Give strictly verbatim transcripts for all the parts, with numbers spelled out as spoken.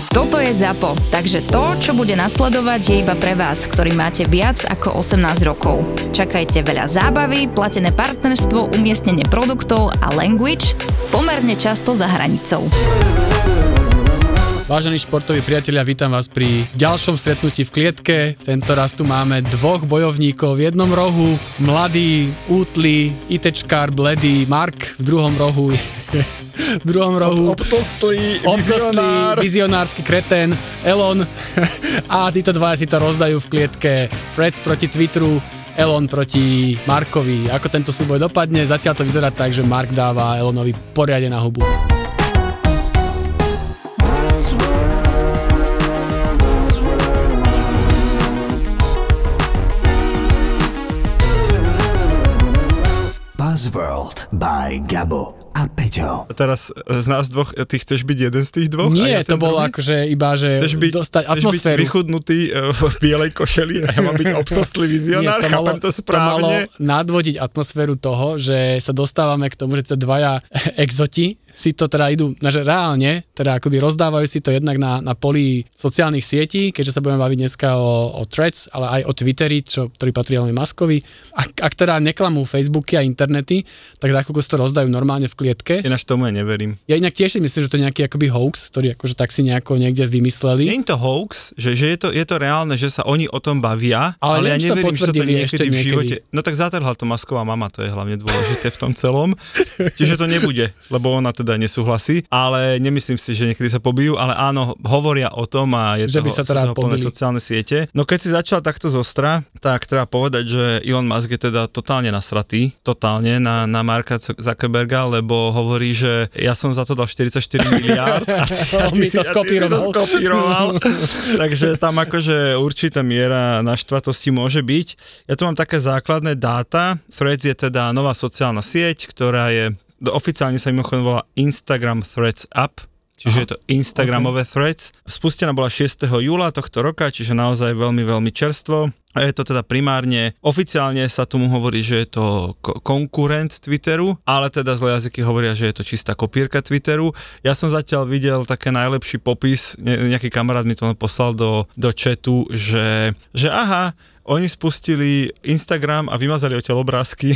Toto je ZAPO, takže to, čo bude nasledovať, je iba pre vás, ktorý máte viac ako osemnásť rokov. Čakajte veľa zábavy, platené partnerstvo, umiestnenie produktov a language pomerne často za hranicou. Vážení športoví priatelia, vítam vás pri ďalšom stretnutí v klietke. Tento raz tu máme dvoch bojovníkov. V jednom rohu mladý, útly, ITčkár, bledý Mark, v druhom rohu v druhom rohu obtostlý vizionár. vizionársky kretén Elon a títo dvaja si to rozdajú v klietke. Freds proti Twitteru, Elon proti Markovi. Ako tento súboj dopadne? Zatiaľ to vyzerá tak, že Mark dáva Elonovi poriadne na hubu. Buzzworld by Gabo a Peťo. Teraz z nás dvoch, ty chceš byť jeden z tých dvoch? Nie, ja to bolo druhý? Akože iba, že chceš byť, dostať chceš atmosféru. Byť vychudnutý v bielej košeli a ja mám byť obsostlý vizionár, Nie, to chápem malo, to správne? To malo nadvodiť atmosféru toho, že sa dostávame k tomu, že to dvaja exoti si to teda idú, že reálne, teda akoby rozdávajú si to jednak na, na poli sociálnych sietí, keďže sa budeme baviť dneska o, o Threads, ale aj o Twitteri, čo, ktorý patrí Elonovi Muskovi. Ak, ak teda neklamú Facebooky a internety, tak takú si to rozdajú normálne v klietke. Ináč tomu ja neverím. Ja inak tiež si myslím, že to je nejaký akoby hoax, ktorý akože tak si nejako niekde vymysleli. Nie je to hoax, že, že je, to, je to reálne, že sa oni o tom bavia, ale, ale ja neverím, že to niekedy v živote... Niekedy. No tak zatrhla to Musková mama, to je hlavne dôležité v tom celom. Čiže to nebude, lebo ona teda nesúhlasí, ale nemyslím si, že niekedy sa pobijú, ale áno, hovoria o tom a je že toho, by sa to rád plné sociálne siete. No keď si začal takto zostra, tak treba povedať, že Elon Musk je teda totálne nasratý, totálne na, na Marka Zuckerberga, lebo hovorí, že ja som za to dal štyridsaťštyri miliárd a ty, a ty, si, to skopíroval. a ty si to skopíroval. Takže tam akože určitá miera naštvatosti môže byť. Ja tu mám také základné dáta. Threads je teda nová sociálna sieť, ktorá je oficiálne sa mimochodom volá Instagram Threads App, čiže Aha, je to Instagramové okay. Threads. Spustená bola šiesteho júla tohto roka, čiže naozaj veľmi, veľmi čerstvo. A je to teda primárne, oficiálne sa tomu hovorí, že je to ko- konkurent Twitteru, ale teda zlé jazyky hovoria, že je to čistá kopírka Twitteru. Ja som zatiaľ videl také najlepší popis, ne- nejaký kamarát mi to poslal do, do chatu, že, že aha, oni spustili Instagram a vymazali odtiaľ obrázky.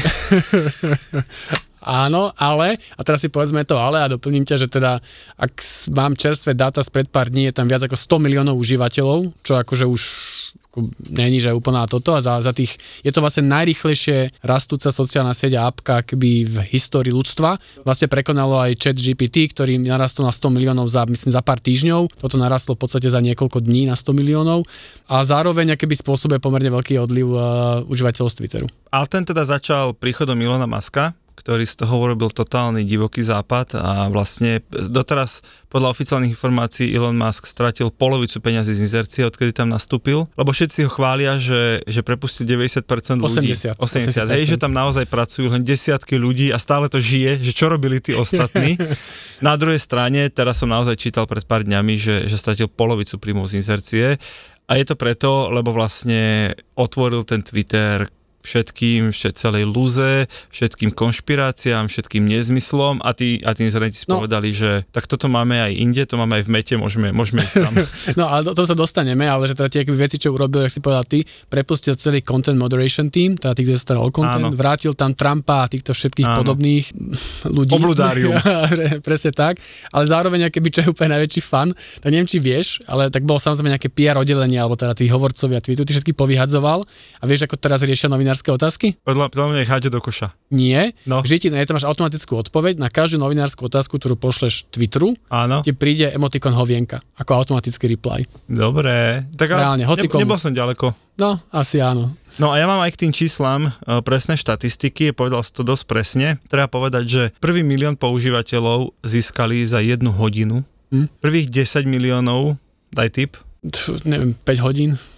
Áno, ale, a teraz si povedzme to ale a doplním ťa, že teda, ak mám čerstvé dáta spred pár dní, je tam viac ako sto miliónov užívateľov, čo akože už není, že úplná toto a za, za tých, je to vlastne najrýchlejšie rastúca sociálna sieť a apka akoby v histórii ľudstva. Vlastne prekonalo aj ChatGPT, ktorý narastol na sto miliónov za, myslím, za pár týždňov. Toto narastlo v podstate za niekoľko dní na sto miliónov a zároveň akoby spôsobuje pomerne veľký odliv uh, užívateľov z Twitteru. Ale ten teda začal príchodom Elona Muska, ktorý z toho urobil totálny divoký západ a vlastne doteraz podľa oficiálnych informácií Elon Musk stratil polovicu peňazí z inzercie, odkedy tam nastúpil, lebo všetci ho chvália, že, že prepustil deväťdesiat percent ľudí. osemdesiat, osemdesiat, hej, že tam naozaj pracujú len desiatky ľudí a stále to žije, že čo robili tí ostatní. Na druhej strane, teraz som naozaj čítal pred pár dňami, že, že stratil polovicu príjmov z inzercie a je to preto, lebo vlastne otvoril ten Twitter všetkým, všet, celej lúze, všetkým konšpiráciám, všetkým nezmyslom a tí, a tí zrejti si no. povedali, že tak toto máme aj inde, to máme aj v Mete, môžeme, môžeme ísť tam. No ale to, to sa dostaneme, ale že teda tie veci, čo urobil, jak si povedal ty, prepustil celý content moderation team, teda tí, kto sa staral o content, Áno. vrátil tam Trumpa a týchto všetkých Áno. podobných ľudí. Obludárium. Presne tak, ale zároveň, keby čo je úplne najväčší fan, tak neviem, či vieš, ale tak bolo samozrejme nejaké pé er oddelenie, alebo teda tí hovorcovia tweetu, ty všetky povyhadzoval a vieš, ako teraz riešia novinárske otázky? Podľa, podľa mňa ich háďu do koša. Nie, no. že ti tam máš automatickú odpoveď na každú novinárskú otázku, ktorú pošleš Twitteru, Áno. ti príde emotikon hovienka, ako automatický reply. Dobre, tak Reálne, ne, nebol som ďaleko. No, asi áno. No a ja mám aj k tým číslam uh, presné štatistiky, povedal si to dosť presne. Treba povedať, že prvý milión používateľov získali za jednu hodinu. Hm? Prvých desať miliónov, daj tip. Pf, neviem, päť hodín.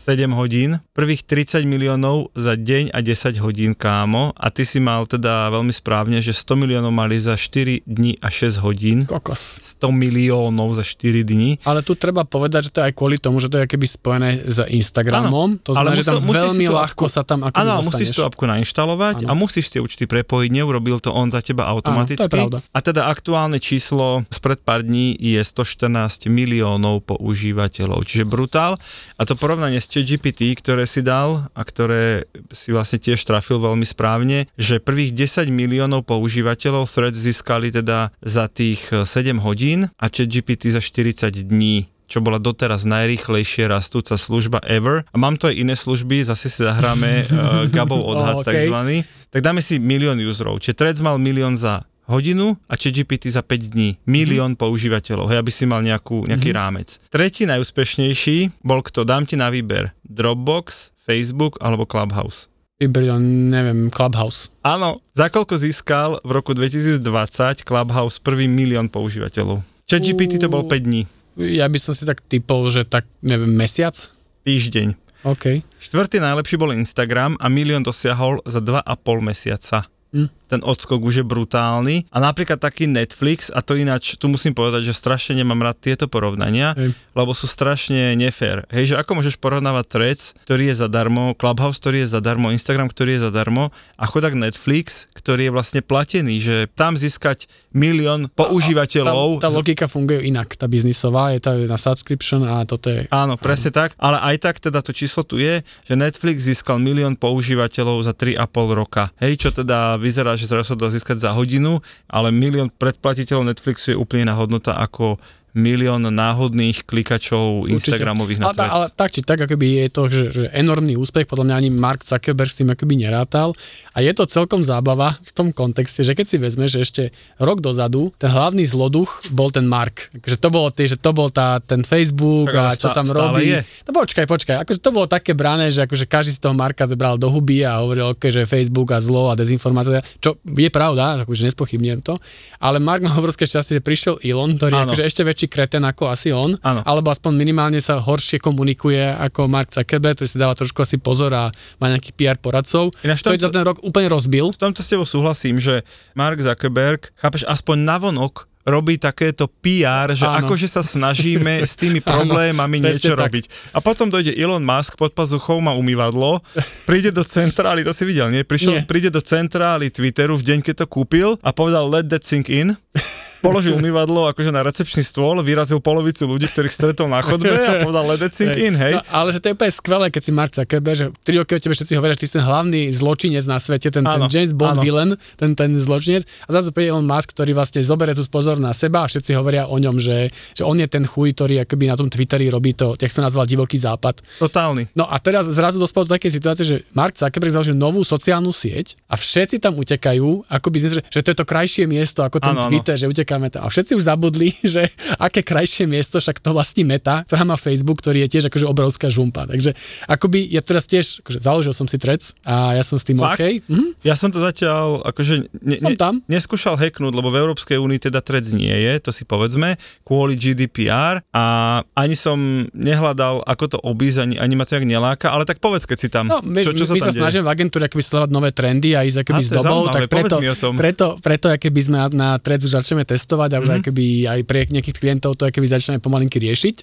sedem hodín, prvých tridsať miliónov za deň a desať hodín, kámo, a ty si mal teda veľmi správne, že sto miliónov mali za štyri dní a šesť hodín. Kokos. sto miliónov za štyri dní. Ale tu treba povedať, že to je aj kvôli tomu, že to je keby spojené s Instagramom. Ano, to znamená, že tam veľmi ľahko apku, sa tam akoby áno, dostaneš. musíš tú apku nainštalovať ano. A musíš tie účty prepojiť, neurobil to on za teba automaticky. Áno, to je pravda. A teda aktuálne číslo spred pár dní je sto štrnásť miliónov používateľov, čiže brutál. A to porovnanie s ChatGPT, ktoré si dal a ktoré si vlastne tiež trafil veľmi správne, že prvých desať miliónov používateľov Threads získali teda za tých sedem hodín a ChatGPT za štyridsať dní, čo bola doteraz najrýchlejšie rastúca služba ever. A mám to aj iné služby, zase si zahráme uh, Gabov odhad oh, okay. takzvaný. Tak dáme si milión userov. Čiže Threads mal milión za hodinu a ChatGPT za päť dní. Milión mm. používateľov, hej, aby si mal nejakú, nejaký mm. rámec. Tretí najúspešnejší bol kto? Dám ti na výber. Dropbox, Facebook alebo Clubhouse. Výber, neviem, Clubhouse. Áno, za koľko získal v roku dvetisícdvadsať Clubhouse prvý milión používateľov? ChatGPT to bol päť dní. Ja by som si tak typol, že tak, neviem, mesiac? Týždeň. OK. Štvrtý najlepší bol Instagram a milión dosiahol za dva a pol mesiaca. Hm. Ten odskok už je brutálny. A napríklad taký Netflix, a to ináč, tu musím povedať, že strašne nemám rád tieto porovnania, Hej. lebo sú strašne nefér. Hej, že ako môžeš porovnávať Threads, ktorý je zadarmo, Clubhouse, ktorý je zadarmo, Instagram, ktorý je zadarmo, a chudák Netflix, ktorý je vlastne platený, že tam získať milión používateľov. Tá, tá logika funguje inak, tá biznisová, je to na subscription a toto je... Áno, presne áno. tak, ale aj tak teda to číslo tu je, že Netflix získal milión používateľov za tri a pol roka. Hej, čo teda vyzerá, že zrazu sa dá získať za hodinu, ale milión predplatiteľov Netflixu je úplne iná hodnota ako milión náhodných klikačov Instagramových na Threads. Ale, ale tak či tak, akoby je to že, že enormný úspech, podľa mňa ani Mark Zuckerberg s tým akoby nerátal. A je to celkom zábava v tom kontexte, že keď si vezme, že ešte rok dozadu ten hlavný zloduch bol ten Mark. Akože to bolo, tý, že to bol tá, ten Facebook tak, a čo tam robí. Je. No počkaj, počkaj. Akože to bolo také brané, že akože každý z toho Marka zebral do huby a hovoril, že Facebook a zlo a dezinformácia, čo je pravda, akože nespochybňujem to. Ale Mark mal obrovské šťastie, že prišiel Elon, ktorý je akože ešte väčší kreten ako asi on, ano. Alebo aspoň minimálne sa horšie komunikuje ako Mark Zuckerberg, ktorý si dáva trošku asi pozor a má nejakých pé er poradcov. Ináč to za ten rok úplne rozbil. V tomto s tebou súhlasím, že Mark Zuckerberg, chápeš, aspoň navonok robí takéto pé er, že áno. akože sa snažíme s tými problémami áno, niečo tak. robiť. A potom dojde Elon Musk, pod pazuchou má umývadlo, príde do centrály, to si videl, nie? Prišiel, nie. Príde do centrály Twitteru v deň, keď to kúpil a povedal let that sink in. Položil umývadlo akože na recepčný stôl, vyrazil polovicu ľudí, ktorých stretol na chodbe a povedal let that sink in, hej. No, ale že to je úplne skvelé, keď si Mark Zuckerberg, že tri roky o tebe všetci hovoria, že ty si ten hlavný zločinec na svete, ten, ten James Bond áno. villain, ten, ten zločinec. A zrazu príde Elon Musk, ktorý vlastne zoberie tú pozor na seba a všetci hovoria o ňom, že, že on je ten chuj, ktorý akoby na tom Twitteri robí to, jak sa nazval divoký západ. Totálny. No a teraz zrazu dospel do takej situácie, že Mark Zuckerberg založil novú sociálnu sieť a všetci tam utekajú, akoby že, že to je to krajšie miesto ako ten ano, Twitter, ano. Že utekáme tam. A všetci už zabudli, že aké krajšie miesto, však to vlastní Meta, ktorá má Facebook, ktorý je tiež akože obrovská žumpa. Takže akoby ja teraz tiež, akože založil som si Threads a ja som s tým Fakt? OK. Mhm. Ja som to zatiaľ akože ne, ne, neskúšal hacknúť, lebo v Európskej únii teda Threads nie je, to si povedzme, kvôli gé dé pé er a ani som nehľadal, ako to obísť, ani, ani ma to nejak neláka, ale tak povedz, keď si tam. No, my, čo, čo my sa, sa snažíme v agentúre akoby sledovať nové trendy a ísť akoby s dobou, tak preto, preto, preto akoby sme na, na Threads už začneme testovať a už mm-hmm. akoby aj pre nejakých klientov to akoby začneme pomalinky riešiť.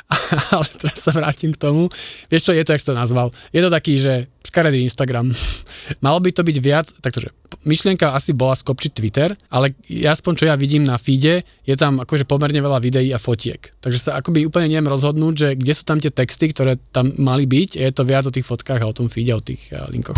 Ale teraz sa vrátim k tomu. Vieš čo, je to, jak si to nazval. Je to taký, že škaredý Instagram. Malo by to byť viac, takže myšlienka asi bola skopčiť Twitter, ale ja aspoň čo ja vidím na feede, je tam akože pomerne veľa videí a fotiek. Takže sa akoby úplne neviem rozhodnúť, že kde sú tam tie texty, ktoré tam mali byť, je to viac o tých fotkách a o tom feede, o tých linkoch.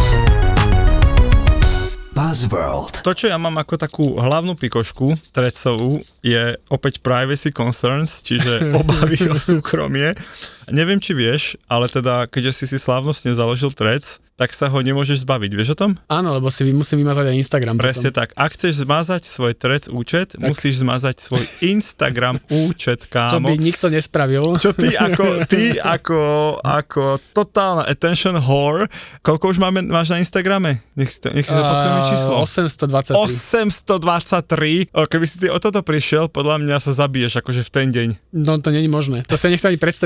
Buzzworld. To, čo ja mám ako takú hlavnú pikošku Threadsovú, je opäť privacy concerns, čiže obavy o súkromie. Neviem, či vieš, ale teda, keďže si si slávnostne založil Threads, tak sa ho nemôžeš zbaviť. Vieš o tom? Áno, lebo si musím vymazať aj Instagram. Presne potom. tak. Ak chceš zmazať svoj Threads účet, tak. musíš zmazať svoj Instagram účet, kámo. Čo by nikto nespravil. Čo ty ako, ty ako, ako totálna attention whore. Koľko už máme, máš na Instagrame? Nech, nech si zapakujeme číslo. osemstodvadsaťtri. osemstodvadsaťtri. O, keby si ty o toto prišiel, podľa mňa sa zabiješ akože v ten deň. No to nie je možné. To sa nechce ani predstaviť, sa to myslieť.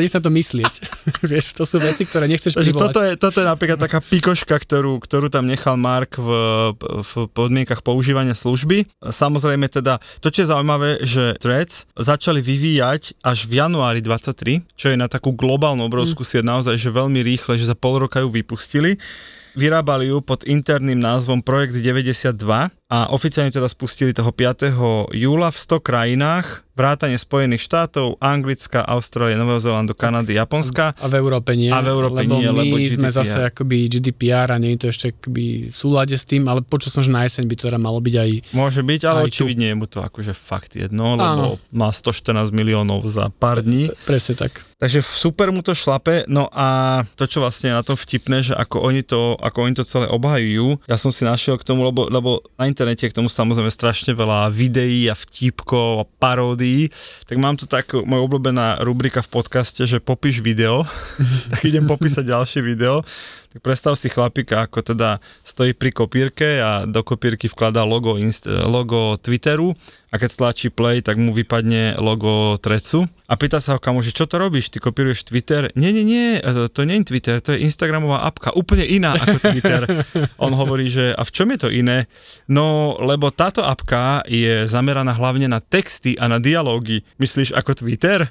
vymyslieť. Vieš, to sú veci, ktoré nechceš Takže privolať. toto je, toto je napríklad taká pikoška, ktorú, ktorú tam nechal Mark v, v podmienkach používania služby. Samozrejme teda, to čo je zaujímavé, že Threads začali vyvíjať až v januári dvadsaťtri, čo je na takú globálnu obrovskú mm. sieť naozaj, že veľmi rýchle, že za pol roka ju vypustili. Vyrábali ju pod interným názvom Projekt deväťdesiatdva a oficiálne teda spustili toho piateho júla v sto krajinách, vrátane Spojených štátov, Anglicka, Austrálie, Nového Zélandu, Kanady, Japonska. A v Európe nie. A v Európe lebo nie, my lebo sme G D P R. zase akoby G D P R a nie je to ešte akoby v súlade s tým, ale počul som, že na jeseň by to teda malo byť aj... Môže byť, ale aj očividne je mu to akože fakt jedno, Áno. lebo má stoštrnásť miliónov za pár dní. Presne tak. Takže super mu to šlape, no a to, čo vlastne je na tom vtipné, že ako oni to, ako oni to celé obhajujú, ja som si našiel k tomu, lebo, lebo na internete je k tomu samozrejme strašne veľa videí a vtipkov a paródií, tak mám tu tak, moja obľúbená rubrika v podcaste, že popíš video, tak idem popísať ďalšie video. Tak predstav si chlapika, ako teda stojí pri kopírke a do kopírky vkladá logo, inst- logo Twitteru a keď stlačí play, tak mu vypadne logo Threadsu a pýta sa ho kamože, čo to robíš, ty kopíruješ Twitter? Nie, nie, nie, to nie je Twitter, to je Instagramová apka, úplne iná ako Twitter. On hovorí, že a v čom je to iné? No, lebo táto apka je zameraná hlavne na texty a na dialógy. Myslíš ako Twitter?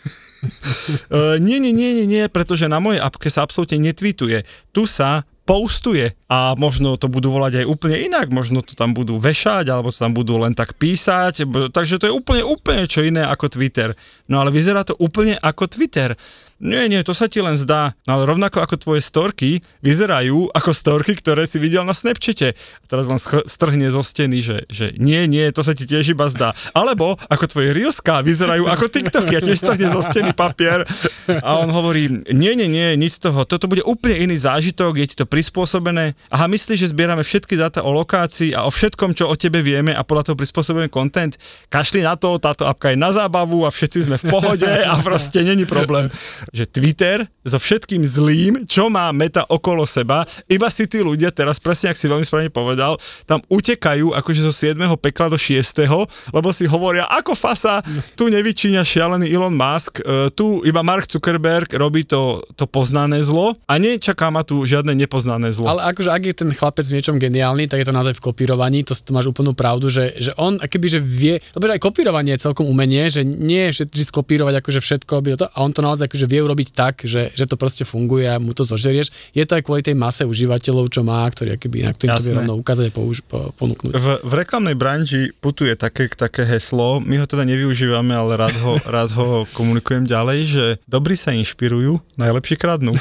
Uh, nie, nie, nie, nie, nie, pretože na mojej appke sa absolútne netweetuje. Tu sa postuje a možno to budú volať aj úplne inak, možno to tam budú vešať, alebo to tam budú len tak písať, takže to je úplne, úplne čo iné ako Twitter. No ale vyzerá to úplne ako Twitter. Nie, nie, to sa ti len zdá. No ale rovnako ako tvoje storky vyzerajú ako storky, ktoré si videl na Snapchate. A teraz len sch- strhne zo steny, že, že nie, nie, to sa ti tiež iba zdá. Alebo ako tvoje reelská vyzerajú ako TikToky a tiež strhne zo steny papier. A on hovorí, nie, nie, nie, nič z toho. Toto bude úplne iný zážitok, je ti to prispôsobené. Aha, myslíš, že zbierame všetky dáta o lokácii a o všetkom, čo o tebe vieme a podľa toho prispôsobujeme content? Kašli na to, táto apka je na zábavu a všetci sme v pohode a proste není problém. Že Twitter so všetkým zlým, čo má Meta okolo seba, iba si tí ľudia, teraz presne, ak si veľmi správne povedal, tam utekajú akože zo siedmeho pekla do šiesteho, lebo si hovoria, ako fasa, tu nevyčíňa šialený Elon Musk, e, tu iba Mark Zuckerberg robí to, to poznané zlo a nečaká ma tu žiadne nepoznané zlo. Ale akože ak je ten chlapec v niečom geniálny, tak je to naozaj v kopírovaní, to, to máš úplnú pravdu, že, že on akoby, že vie, lebo že aj kopírovanie je celkom umenie, že nie je všetci skopírovať akože všetko, to, a on to naozaj akože vie urobiť tak, že, že to proste funguje a mu to zožerieš. Je to aj kvôli tej mase užívateľov, čo má, ktorý akoby na ktorým to vie rovno ukázať a použ- po, ponúknuť. V, v reklamnej branži putuje také, také heslo, my ho teda nevyužívame, ale rád ho, rád ho komunikujem ďalej, že dobrí sa inšpirujú, najlepšie kradnú.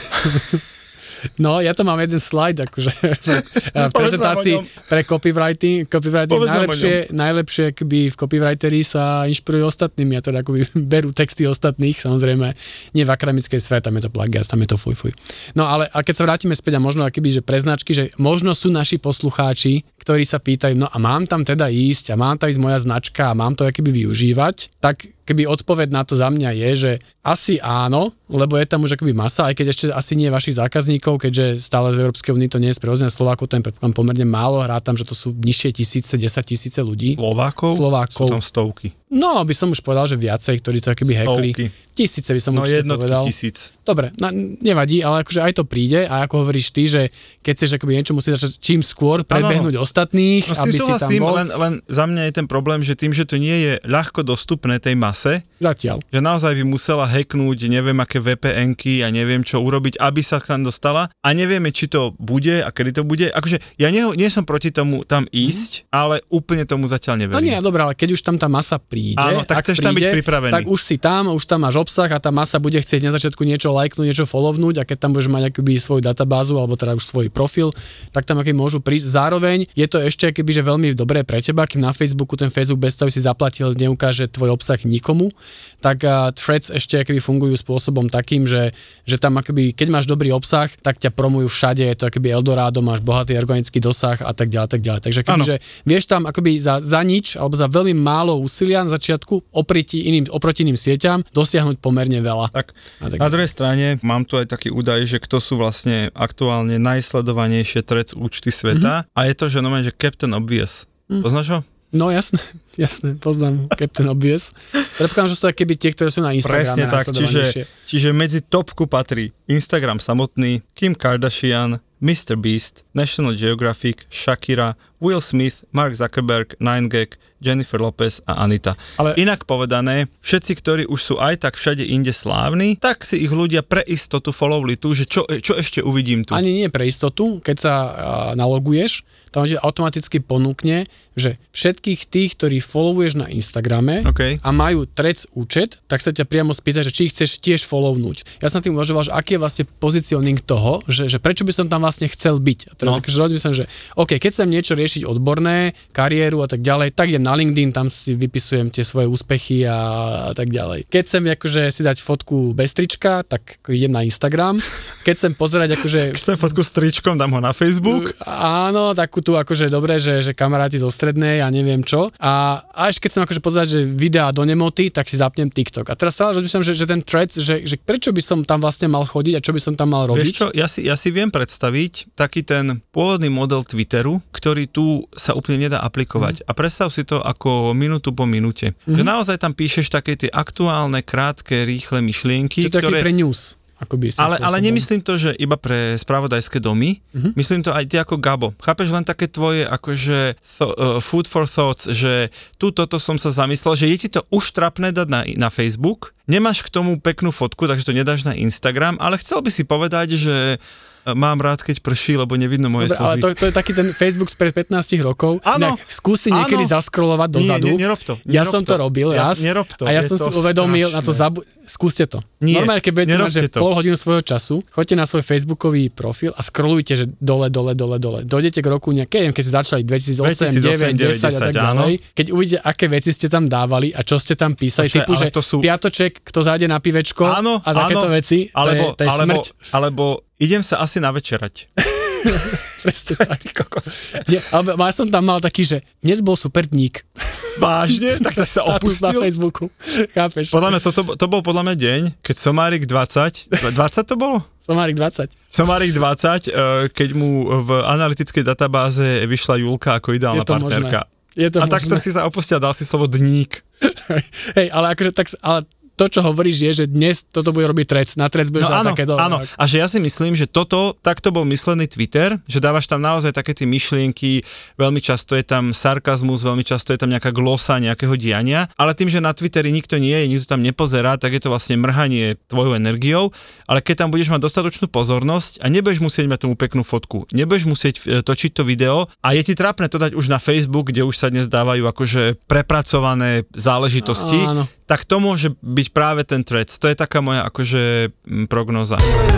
No, ja to mám jeden slajd, akože v prezentácii pre copywriting, copywriting najlepšie, najlepšie akoby v copywriteri sa inšpirujú ostatnými a teda akoby berú texty ostatných, samozrejme, nie v akademickej sfére, tam je to plagiat, tam je to fuj, fuj. No ale a keď sa vrátime späť a možno akoby, že pre značky, že možno sú naši poslucháči, ktorí sa pýtajú, no a mám tam teda ísť a mám tam ísť moja značka a mám to akoby využívať, tak keby odpoveď na to za mňa je, že asi áno, lebo je tam už akoby masa, aj keď ešte asi nie vašich zákazníkov, keďže stále v Európskej únii to nie je sprevozené Slovákov, to je pomerne málo, hrá tam, že to sú nižšie tisíce, desať tisíce ľudí. Slovákov? Slovákov. Sú tam stovky. No, by som už povedal, že viacej, ktorí to akoby hackli. Stovky. Tisíce by som no, určite povedal. No jednotky tisíc. Dobre, no, nevadí, ale akože aj to príde a ako hovoríš ty, že keď chceš akoby niečo musí začať čím skôr predbehnúť ano, ostatných, no, aby si tam bol. Len, len za mňa je ten problém, že tým, že to nie je ľahko dostupné tej mase, zatiaľ. Že naozaj by musela hacknúť neviem aké vé pé enky a neviem čo urobiť, aby sa tam dostala a nevieme, či to bude a kedy to bude. Akože ja nie, nie som proti tomu tam ísť, mm. ale úplne tomu zatiaľ neverím. No nie, dobré, ale keď už tam tá masa príde, áno, tak chceš príde, tam byť pripravený. Tak už si tam, už tam máš obsah a tá masa bude chcieť na začiatku niečo lajknúť, niečo follownúť a keď tam budeš mať akoby svoju databázu alebo teda už svoj profil, tak tam akoby môžu prísť. Zároveň je to ešte akoby, že veľmi dobré pre teba, kým na Facebooku ten Facebook bez toho si zaplatil, neukáže tvoj obsah nikomu, tak uh, Threads ešte akoby fungujú spôsobom takým, že, že tam akoby, keď máš dobrý obsah, tak ťa promujú všade, je to akoby Eldorado, máš bohatý organický dosah a tak ďalej, tak ďalej. Takže akoby, že vieš tam akoby za, za nič alebo za veľmi málo úsilia na začiatku oproti iným, oproti iným sieťam dosiahnuť pomerne veľa. Tak, tak na druhej strane mám tu aj taký údaj, že kto sú vlastne aktuálne najsledovanejšie Threads účty sveta mm-hmm. a je to, že normálne, že Captain Obvious. Mm. Poznáš ho? No jasné, jasné, poznám Captain Obvious. Predpokladám, že sú to keby tie, ktoré sú na Instagrame. Presne tak, čiže, čiže medzi topku patrí Instagram samotný, Kim Kardashian, mister Beast, National Geographic, Shakira, Will Smith, Mark Zuckerberg, nine gag, Jennifer Lopez a Anita. Ale inak povedané, všetci, ktorí už sú aj tak všade inde slávni, tak si ich ľudia pre istotu followli tu, že čo, čo ešte uvidím tu. Ani nie pre istotu, keď sa uh, naloguješ, tam ti automaticky ponúkne, že všetkých tých, ktorí followuješ na Instagrame okay. a majú trec účet, tak sa ťa priamo spýta, že či ich chceš tiež follownúť. Ja som tým uvažoval, že aký je vlastne pozicioning toho, že, že prečo by som tam vlastne chcel byť. A teraz no. akože rozmyslím, že OK, keď chcem niečo riešiť odborné, kariéru a tak ďalej, tak idem na LinkedIn, tam si vypisujem tie svoje úspechy a, a tak ďalej. Keď chcem akože si dať fotku bez trička, tak idem na Instagram. Keď chcem pozerať akože... Chcem fotku s tričkom, dám ho na Facebook. Áno, takú tu akože dobre, že, že kamaráti zo strednej a neviem čo. A až keď som akože pozerať, že videá do nemoty, tak si zapnem TikTok. A teraz stále rozmýšľam, že, že ten thread, že, že prečo by som tam vlastne mal chodiť a čo by som tam mal robiť. Vieš čo, ja si, ja si viem predstaviť taký ten pôvodný model Twitteru, ktorý tu sa úplne nedá aplikovať. Mm. A predstav si to ako minútu po minúte. Mm. Že naozaj tam píšeš také tie aktuálne, krátke, rýchle myšlienky, čo to ktoré... pre news. Ale, ale nemyslím to, že iba pre spravodajské domy, uh-huh. myslím to aj ty ako Gabo. Chápeš len také tvoje akože th- uh, food for thoughts, že tu toto som sa zamyslel, že je ti to už trapné dať na, na Facebook, nemáš k tomu peknú fotku, takže to nedáš na Instagram, ale chcel by si povedať, že mám rád, keď prší, lebo nevidno moje Dobre, slzy. Ale to, to je taký ten Facebook spred pätnásť rokov. Áno. Skúsi niekedy áno. zaskrolovať dozadu. Nie, nie, nerob to. Ja nerob som to, to robil ja, raz. Nerob to. A ja som si uvedomil, strašné. na to zabu- skúste to. Nie, normálne, keď budete mať, že to. pol hodinu svojho času, choďte na svoj facebookový profil a scrollujte, že dole, dole, dole, dole. Dojdete k roku nejaké, keď ste začali dvetisícosem, deväť, desať a tak ďalej. Keď uvidíte, aké veci ste tam dávali a čo ste tam písali, typu, že sú... piatoček, kto zájde na pivečko áno, a takéto áno, veci, alebo, to je, to je alebo, smrť. Alebo idem sa asi navečerať. Presne tak. Nie, ale ja som tam mal taký, že dnes bol super dník. Vážne? Tak to si sa opustil? Na Facebooku. Chápeš? Podľa mňa, to, to, to bol podľa mňa deň, keď Somárik dvadsať, dvadsať to bolo? Somárik dvadsať. Somárik dvadsať, keď mu v analytickej databáze vyšla Julka ako ideálna partnerka. Je to a možné. takto si sa opustil a dal si slovo dník. Hej, ale akože tak, ale to, čo hovoríš, je, že dnes toto bude robiť trec. Na trec budeš no, dať takéto. Áno, a že ja si myslím, že toto, takto bol myslený Twitter, že dávaš tam naozaj také tie myšlienky, veľmi často je tam sarkazmus, veľmi často je tam nejaká glosa nejakého diania, ale tým, že na Twitteri nikto nie je, nikto tam nepozerá, tak je to vlastne mrhanie tvojou energiou, ale keď tam budeš mať dostatočnú pozornosť a nebudeš musieť mať tomu peknú fotku, nebudeš musieť točiť to video a je ti trápne to dať už na Facebook, kde už sa dnes dávajú akože prepracované záležitosti, áno. Tak to môže byť práve ten thread. To je taká moja akože prognoza.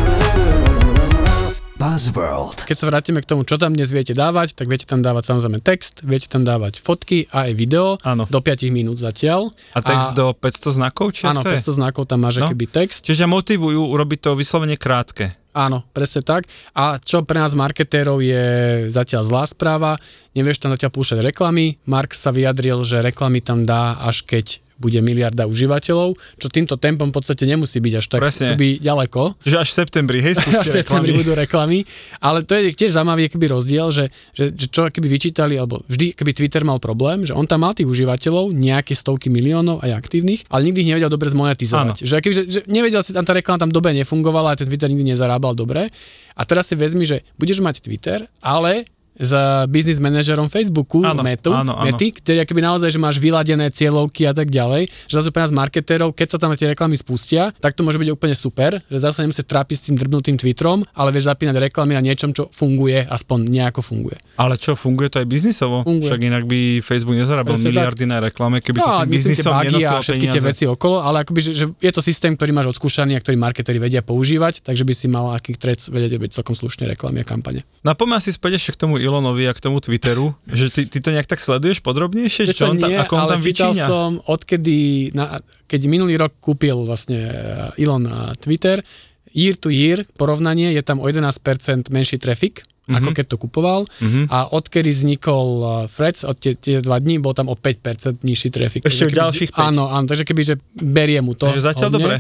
Buzzworld. Keď sa vrátime k tomu, čo tam dnes viete dávať, tak viete tam dávať samozrejme text, viete tam dávať fotky a aj video, áno. Do päť minút zatiaľ. A text a... do päťsto znakov? Či áno, päťsto znakov tam máš no? akýby text. Čiže ťa motivujú urobiť to vyslovene krátke. Áno, presne tak. A čo pre nás marketérov je zatiaľ zlá správa, nevieš tam zatiaľ púšťať reklamy. Mark sa vyjadril, že reklamy tam dá, až keď bude miliarda užívateľov, čo týmto tempom v podstate nemusí byť až tak by ďaleko. Že až v septembri, hej, spustia reklamy. V septembri budú reklamy, ale to je tiež zaujímavý keby rozdiel, že, že, že čo keby vyčítali, alebo vždy keby Twitter mal problém, že on tam mal tých užívateľov, nejaké stovky miliónov aj aktívnych, ale nikdy ich nevedel dobre zmonetizovať. Že, keby, že, že nevedel si tam tá reklama tam dobe nefungovala a ten Twitter nikdy nezarábal dobre. A teraz si vezmi, že budeš mať Twitter, ale s business manažerom Facebooku, áno, Metu, áno, áno. Mety, ktorý akoby naozaj, že máš vyladené cieľovky a tak ďalej, že zase pre nás marketérov, keď sa tam tie reklamy spustia, tak to môže byť úplne super, že zase nemusíš trápiť s tým drbnutým Twitterom, ale vieš zapínať reklamy na niečom, čo funguje, aspoň nejako funguje. Ale čo, funguje to aj biznisovo? Funguje. Však inak by Facebook nezarábal presne miliardy tak na reklame, keby no, to tým biznisom nenosil a všetky tie veci okolo, ale akoby, že, že je to systém, ktorý máš odskúšaný a ktorý marketéri vedia používať, takže by si mal akých trec vedieť byť celkom slušne reklamy a kampane. No poďme si späť ešte k tomu Elonovi a k tomu Twitteru, že ty, ty to nejak tak sleduješ podrobnejšie, čo on tam, nie, ako on tam vyčíňa? čítal som, odkedy, na, keď minulý rok kúpil vlastne Elon Twitter, year to year porovnanie, je tam o jedenásť percent menší trafik, mm-hmm. ako keď to kupoval, mm-hmm. a odkedy vznikol Threads, od tie, tie dva dní, bol tam o päť percent nižší trafik. Ešte o ďalších päť. Áno, áno, takže keby, že berie mu to. Takže zatiaľ hodne. dobre.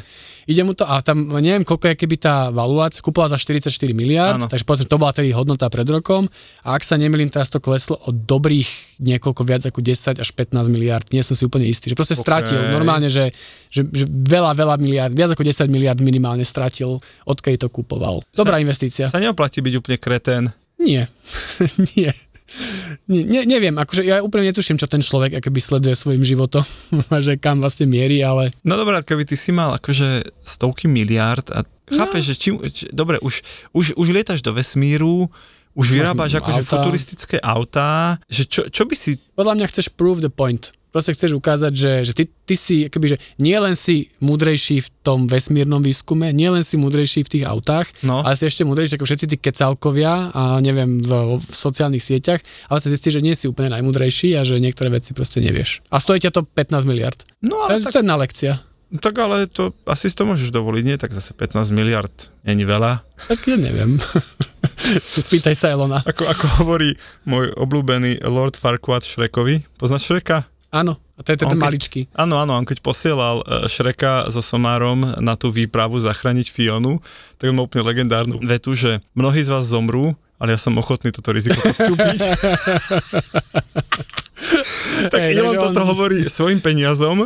ide mu to a tam neviem, koľko je keby tá valuácia, kúpoval za štyridsaťštyri miliárd, Áno. takže povedzme, to bola tedy hodnota pred rokom a ak sa nemýlim, teraz to kleslo o dobrých niekoľko viac ako desať až pätnásť miliárd, nie som si úplne istý, že proste Okay. stratil normálne, že, že, že veľa, veľa miliárd, viac ako desať miliárd minimálne stratil, odkedy to kúpoval. Dobrá sa, investícia. Sa neoplatí byť úplne kretén. Nie. Nie. Nie, ne, neviem, akože ja úplne netuším, čo ten človek akoby sleduje svojim životom a že kam vlastne mierí, ale... No dobré, keby ty si mal akože stovky miliárd a chápeš, no. že čím... Či, dobre, už, už, už lietaš do vesmíru, už vyrábaš akože auta. futuristické autá, že čo, čo by si... Podľa mňa chceš prove the point. Proste chceš ukázať, že, že ty, ty si, akoby, že nie len si múdrejší v tom vesmírnom výskume, nie len si múdrejší v tých autách, No. ale si ešte múdrejší ako všetci tí kecálkovia a neviem, v, v sociálnych sieťach, ale sa zistí, že nie si úplne najmúdrejší a že niektoré veci proste nevieš. A stojí ťa to pätnásť miliárd. No Ale ale to je na lekcia. Tak ale to asi si to môžeš dovoliť, nie? Tak zase pätnásť miliard není veľa. Tak ja neviem. Spýtaj sa Elona. Ako, ako hovorí môj obľúbený Lord Farquaad Shrekovi. Poznáš Shreka? Áno, a to je ten On keď- maličký. Áno, áno, on keď posielal e, Shreka so Somárom na tú výpravu zachrániť Fionu, tak on mal úplne legendárnu vetu, že mnohí z vás zomrú, ale ja som ochotný toto riziko podstúpiť. Tak Hej, Elon takže toto on- hovorí svojim peniazom,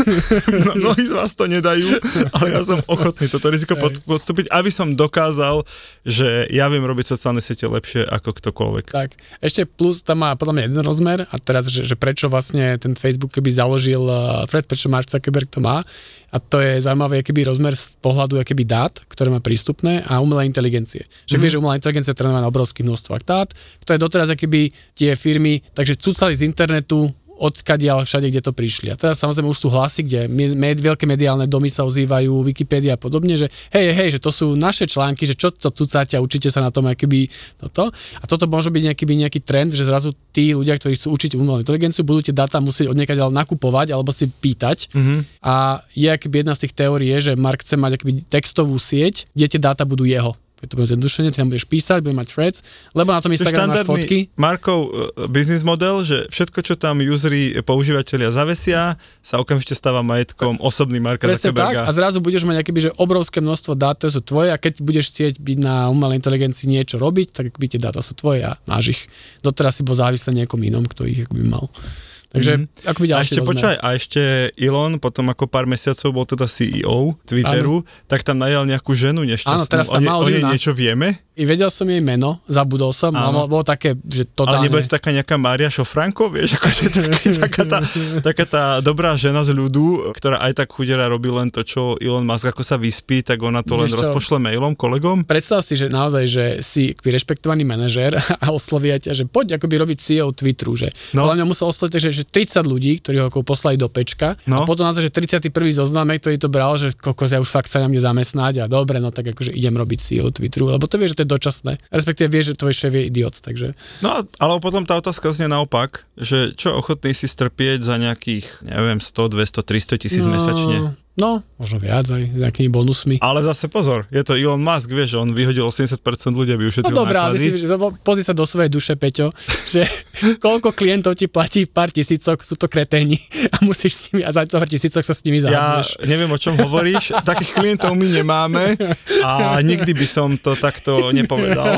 no, mnohí z vás to nedajú, ale ja som ochotný toto riziko pod, podstúpiť, aby som dokázal, že ja viem robiť sociálne siete lepšie ako ktokoľvek. Tak, ešte plus tam má podľa mňa jeden rozmer a teraz, že, že prečo vlastne ten Facebook keby založil uh, Fred, prečo Mark Zuckerberg to má a to je zaujímavý keby rozmer z pohľadu keby dát, ktoré má prístupné a umelé inteligencie. Že mm. vieš, že umelá inteligencia je trénovaná na obrovských množstvách dát, ktoré doteraz keby tie firmy, takže cucali z internetu odskadiaľ všade, kde to prišli. A teraz samozrejme už sú hlasy, kde med, veľké mediálne domy sa ozývajú, Wikipédia a podobne, že hej, hej, že to sú naše články, že čo to cucáte a učíte sa na tom akýby toto. A toto môže byť nejaký, nejaký trend, že zrazu tí ľudia, ktorí chcú učiť umelú inteligenciu, budú tie dáta musieť odniekaď nakupovať alebo si pýtať. Mm-hmm. A je akýby jedna z tých teórií, že Mark chce mať akýby textovú sieť, kde tie dáta budú jeho. Je to bude zjednodušenie, ty tam budeš písať, budeš mať threads, lebo na tom Instagrame máš fotky. Markov uh, biznis model, že všetko, čo tam useri, používateľia zavesia, sa okamžite stáva majetkom osobný Marka Presne tak, Zuckerberga. a zrazu budeš mať akoby, že obrovské množstvo dát, ktoré sú tvoje a keď budeš chcieť byť na umelej inteligencii niečo robiť, tak akoby tie dáta sú tvoje a máš ich. Doteraz si bol závislý niekom inom, kto ich akoby mal. Takže mm-hmm. akoby A ďalší ešte rozmer. počkaj, a ešte Elon, potom ako pár mesiacov bol teda C E O Twitteru, ano. Tak tam najal nejakú ženu nešťastnú. Áno, teraz tam o, ne, mal o nej Lina. niečo vieme? I vedel som jej meno, zabudol som, a bolo také, že totálne... Ale nebude to taká nejaká Mária Šofranko, vieš, akože taký, taká, tá, taká tá dobrá žena z ľudu, ktorá aj tak chudera robí len to, čo Elon Musk, ako sa vyspí, tak ona to len Vieš čo? rozpošle mailom kolegom. Predstav si, že naozaj, že si rešpektovaný manažér a oslovia ťa, že poď akoby robiť C E O Twitteru, že No. podľa mňa musel osloviť, že, že tridsať ľudí, ktorí ho ako poslali do pečka No. a potom naozaj, že tridsiaty prvý zozname, ktorý to bral, že kokos, ja už fakt sa na mne zamestnať a dobre, no tak akože idem robiť C E O Twitteru, lebo to vie, že to je dočasné. Respektíve vie, že tvoj šéf je idiot, takže... No, ale potom tá otázka znie naopak, že čo ochotný si strpieť za nejakých, neviem, sto, dvesto, tristo tisíc no, mesačne. No, možno viac aj s nejakými bonusmi. Ale zase pozor, je to Elon Musk, vieš, on vyhodil osemdesiat percent ľudí, aby ušetril No dobrá, ale náklady. si, lebo pozri sa do svojej duše, Peťo, že koľko klientov ti platí pár tisícok, sú to kreténi a musíš s nimi, a za toho tisícok sa s nimi Ja zahádzuješ. neviem, o čom hovoríš, takých klientov my nemáme a nikdy by som to takto nepovedal.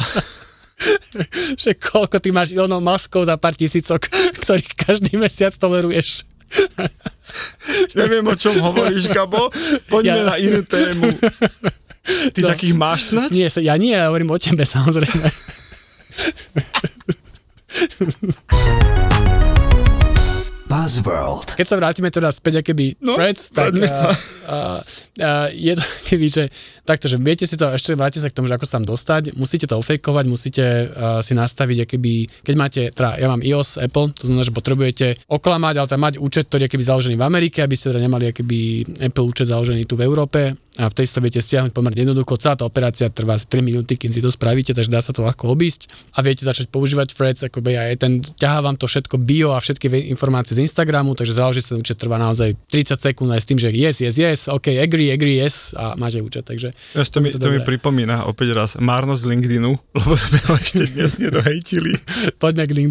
Že koľko ty máš Elon Muskov za pár tisícok, ktorých každý mesiac toleruješ. Neviem, o čom hovoríš, Gabo. Poďme Ja- na inú tému. Ty No. takých máš snať? Nie, ja nie, ja hovorím o tebe, samozrejme. Buzzworld. Keď sa vrátime teda späť akéby No, threads, tak vráťme sa. a, a, a, je to keby, že takto, že viete si to, ešte vráťte sa k tomu, že ako sa tam dostať, musíte to ofejkovať, musíte uh, si nastaviť, akéby, keď máte, teda ja mám iOS, Apple, to znamená, že potrebujete oklamať, ale tam mať účet, ktorý je akéby založený v Amerike, aby ste teda nemali akéby Apple účet založený tu v Európe a v tej si to viete stiahnuť pomerne jednoducho. Celá tá operácia trvá asi tri minúty, kým si to spravíte, takže dá sa to ľahko obísť a viete začať používať threads, akoby aj ten, ťahá vám to všetko bio a všetky informácie z Instagramu, takže založiť sa účet trvá naozaj tridsať sekúnd aj s tým, že yes, yes, yes, ok, agree, agree, yes a máte účet, takže Vieš, to, mi, to mi pripomína opäť raz márnosť LinkedInu, lebo sme ho ešte dnes nedohejtili. poďme k LinkedInu.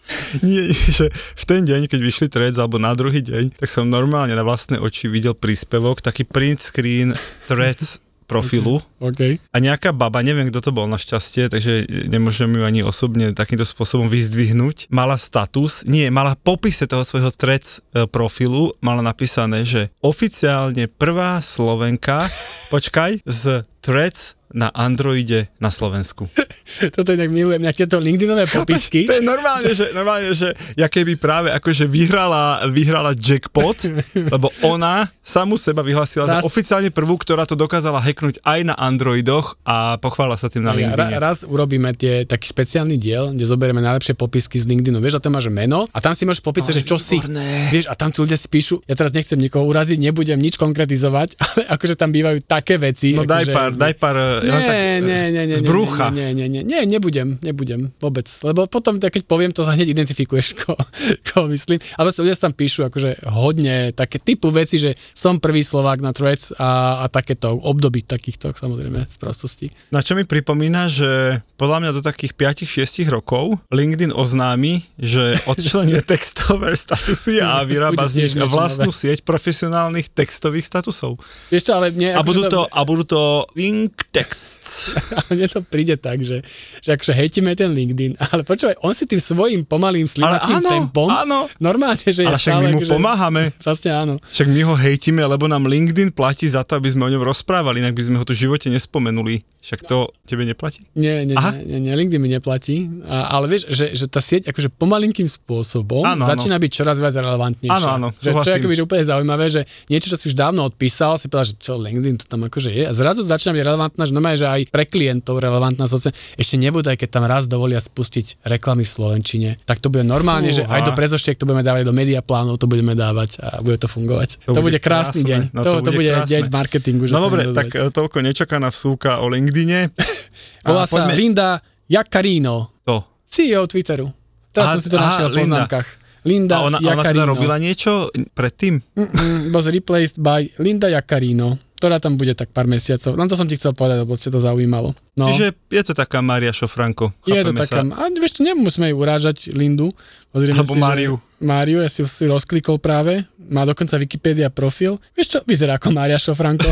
Nie, že v ten deň, keď vyšli Threads, alebo na druhý deň, tak som normálne na vlastné oči videl príspevok, taký print screen Threads profilu. Okay. A nejaká baba, neviem, kto to bol našťastie, takže nemôžem ju ani osobne takýmto spôsobom vyzdvihnúť, mala status, nie, mala popise toho svojho Threads profilu, mala napísané, že oficiálne prvá Slovenka, počkaj, z Threads na Androide na Slovensku. Toto je tak milujem, nejaké to LinkedInové popisky. To je normálne, že, normálne, že ja keby práve akože vyhrala, vyhrala jackpot, lebo ona samu seba vyhlásila raz, za oficiálne prvú, ktorá to dokázala hacknúť aj na Androidoch a pochvála sa tým na LinkedIne. Raz urobíme tie, taký špeciálny diel, kde zoberieme najlepšie popisky z LinkedInu. Vieš, a tam máš meno a tam si môžeš popísať, že čo výborné. Si. Vieš, a tam tí ľudia si píšu, ja teraz nechcem nikoho uraziť, nebudem nič konkretizovať, ale akože tam bývajú také veci. No daj akože, pár, daj pár Nie, tak, nie, nie, nie, z brúcha. Nie, nie, nie, nie, nebudem, nebudem vôbec, lebo potom, keď poviem, to sa hneď identifikuješ, koho, koho myslím. Ale vlastne ľudia tam píšu akože hodne také typu veci, že som prvý Slovák na Threads a, a takéto období takýchto, samozrejme, sprostostí. Na čo mi pripomína, že podľa mňa do takých päť šesť rokov LinkedIn oznámi, že odčlenuje textové statusy a vyrába z nich vlastnú nové. Sieť profesionálnych textových statusov. Ešte, ale nie, a, budú to, to... a budú to link text. Ale mne to príde tak, že, že akože hejtime ten LinkedIn, ale počúvaj, on si tým svojím pomalým slivačím tempom, áno. normálne, že je ale však stále... my mu že... pomáhame. Vlastne áno. Však my ho hejtime, lebo nám LinkedIn platí za to, aby sme o ňom rozprávali, inak by sme ho tu v živote nespomenuli. Však to tebe neplatí? Nie, nie, nie, nie, LinkedIn mi neplatí, a, ale vieš, že, že tá sieť akože pomalinkým spôsobom áno, začína áno. byť čoraz viac relevantnejšia. Áno, áno, že, čo je akoby, že úplne zaujímavé, že niečo, čo si už dávno odpísal, si povedal, že čo LinkedIn to tam akože je a zrazu začína byť relevantná, že normálne, že aj pre klientov relevantná sociálna. Ešte nebude, aj keď tam raz dovolia spustiť reklamy v slovenčine, tak to bude normálne, Fú, že aj do prezoštiek to budeme dávať, do mediaplánov to budeme dávať a bude to fungovať. To, to bude krásny krásne. deň. No, to, to, to bude, bude deň v marketingu. No dobre, tak toľko nečakaná vsúka o LinkedIne. Volá sa poďme... Linda Yaccarino. To. C E O Twitteru. Teraz aha, som si to aha, našiel v poznámkach. Linda a ona, Yaccarino. ona teda robila niečo predtým? Mm-mm, was replaced by Linda Yaccarino, ktorá tam bude tak pár mesiacov. No to som ti chcel povedať, lebo ste to zaujímalo. No. Čiže je to taká Mária Šofranko. Je to taká, sa. A vieš, nemusíme ju urážať, Lindu. Pozrieme Alebo si, Máriu. Máriu, ja si ju si rozklikol práve. Má dokonca Wikipedia profil. Vieš čo, vyzerá ako Mária Šofranko.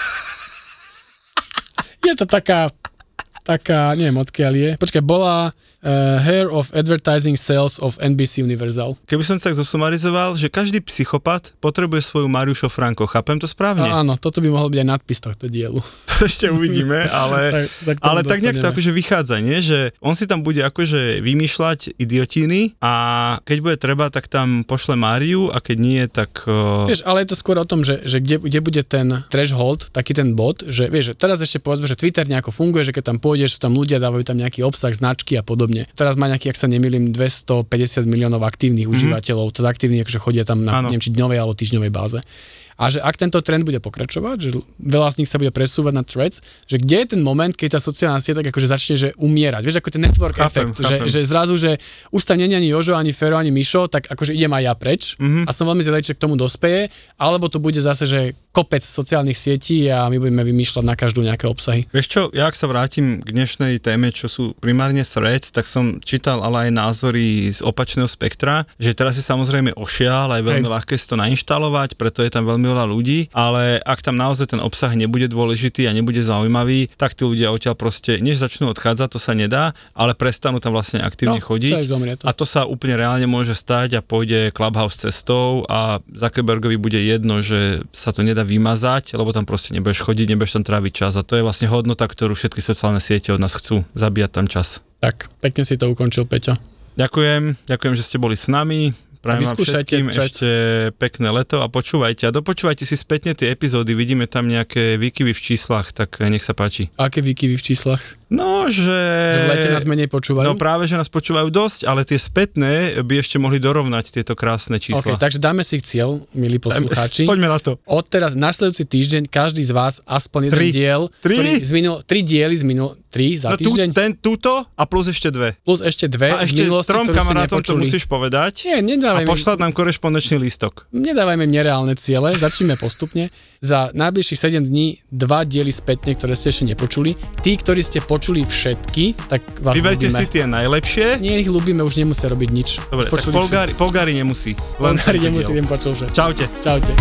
Je to taká, taká, neviem odkiaľ je. Počkaj, bola uh, Hair of Advertising Sales of N B C Universal. Keby som tak zosumarizoval, že každý psychopat potrebuje svoju Máriu Šofranko. Chápem to správne? A, áno, toto by mohol byť aj nadpis tohto dielu. To ešte uvidíme, ale, tak, tak ale tak nejak to akože vychádza, nie? Že on si tam bude akože vymýšľať idiotiny a keď bude treba, tak tam pošle Máriu a keď nie, tak... Uh... Vieš, ale je to skôr o tom, že, že kde, kde bude ten threshold, taký ten bod, že vieš, že teraz ešte povedzme, že Twitter nejako funguje, že keď tam pôjdeš, sú tam ľudia, dávajú tam nejaký obsah, značky a podobne. Teraz má nejaký, ak sa nemýlim, dvestopäťdesiat miliónov aktívnych mm-hmm. užívateľov, to aktívnych, akože chodia tam na neviem, či dňovej alebo týždňovej báze. A že ak tento trend bude pokračovať, že veľa z nich sa bude presúvať na Threads, že kde je ten moment, keď tá sociálna sieť tak akože začne že umierať. Vieš, ako ten network chápem, effect, chápem. Že, že zrazu, že už tam nie je ani Jožo, ani Fero, ani Mišo, tak akože idem aj ja preč mm-hmm. a som veľmi zvedavý, či k tomu dospeje, alebo to bude zase, že kopec sociálnych sietí a my budeme vymýšľať na každú nejaké obsahy. Vieš čo, ja ak sa vrátim k dnešnej téme, čo sú primárne Threads, tak som čítal ale aj názory z opačného spektra, že teraz je samozrejme ošial, aj veľmi Hej. ľahké si to nainštalovať, preto je tam veľmi veľa ľudí, ale ak tam naozaj ten obsah nebude dôležitý a nebude zaujímavý, tak tí ľudia odtiaľ proste, než začnú odchádzať, to sa nedá, ale prestanú tam vlastne aktívne no, chodiť. To. A to sa úplne reálne môže stať a pôjde Clubhouse cestou a Zuckerbergovi bude jedno, že sa to nedá vymazať, lebo tam proste nebudeš chodiť, nebudeš tam tráviť čas a to je vlastne hodnota, ktorú všetky sociálne siete od nás chcú, zabíjať tam čas. Tak, pekne si to ukončil, Peťo. Ďakujem, ďakujem, že ste boli s nami. Prajem vám všetkým ešte pekné leto a počúvajte a dopočúvajte si spätne tie epizódy, vidíme tam nejaké výkyvy v číslach, tak nech sa páči. Aké výkyvy v číslach? No, že... Že v lete nás menej počúvajú? No práve, že nás počúvajú dosť, ale tie spätné by ešte mohli dorovnať tieto krásne čísla. Ok, takže dáme si cieľ, milí poslucháči. Poďme na to. Od teraz, nasledujúci týždeň, každý z vás aspoň jeden tri. diel. Tri? Z minul, tri diely z minul, tri za no, týždeň. Tu, ten, túto a plus ešte dve. Plus ešte dve. A ešte minulosti, trom kamarátom to musíš povedať. Nie, nedávajme. A pošlať nám korešpondenčný lístok. Nedávajme nereálne ciele, začneme postupne. Za najbližších sedem dní dva diely spätne, ktoré ste ešte nepočuli. Tí, ktorí ste počuli počuli všetky, tak vás Vyberte ľúbime. si tie najlepšie. Nie, ich ľúbime, už nemusia robiť nič. Dobre, Už tak počuli Polgári, Polgári nemusí. Len Polgári tento nemusí, diel. len počul všetko. Čaute. Čaute.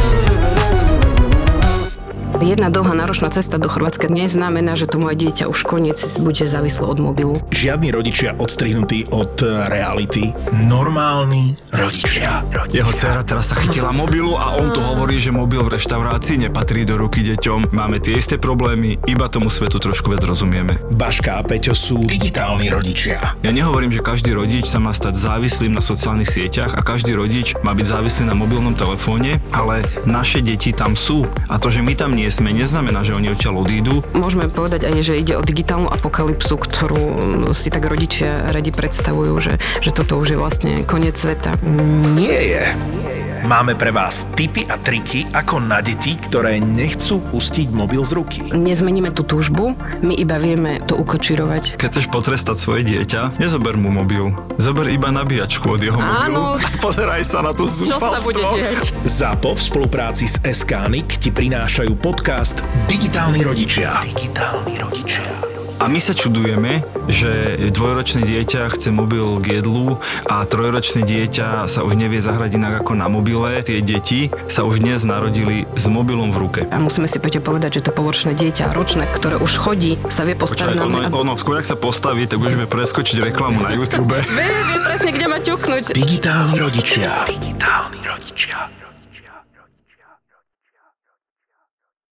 Jedna dlhá náročná cesta do Chorvátska neznamená, že to moje dieťa už koniec bude závislé od mobilu. Žiadni rodičia odstrihnutí od reality. Normálni rodičia. Jeho dcera teraz sa chytila mobilu a on tu hovorí, že mobil v reštaurácii nepatrí do ruky deťom. Máme tie isté problémy, iba tomu svetu trošku viac rozumieme. Baška a Peťo sú digitálni rodičia. Ja nehovorím, že každý rodič sa má stať závislým na sociálnych sieťach a každý rodič má byť závislý na mobilnom telefóne, ale naše deti tam sú. A to, že my tam nie sme, neznamená, že oni odtiaľ odídu. Môžeme povedať aj, že ide o digitálnu apokalypsu, ktorú si tak rodičia radi predstavujú, že, že toto už je vlastne koniec sveta. Nie je. Máme pre vás tipy a triky, ako na deti, ktoré nechcú pustiť mobil z ruky. Nezmeníme tú túžbu, my iba vieme to ukočírovať. Keď chceš potrestať svoje dieťa, nezober mu mobil. Zober iba nabíjačku od jeho Áno. mobilu a pozeraj sa na to Čo zúfalstvo. sa bude diať? ZAPO v spolupráci s Skánik ti prinášajú podcast Digitálni rodičia. Digitálni rodičia. A my sa čudujeme, že dvojročné dieťa chce mobil k jedlu a trojročné dieťa sa už nevie zahrať inak ako na mobile. Tie deti sa už dnes narodili s mobilom v ruke. A musíme si Peťo povedať, že to poločné dieťa, ročné, ktoré už chodí, sa vie postaviť na ono, mňa. ono, skôr ak sa postaví, tak už vie preskočiť reklamu na YouTube. Vie, vie presne, kde ma ťuknúť. Digitálni rodičia. Digitálni rodičia.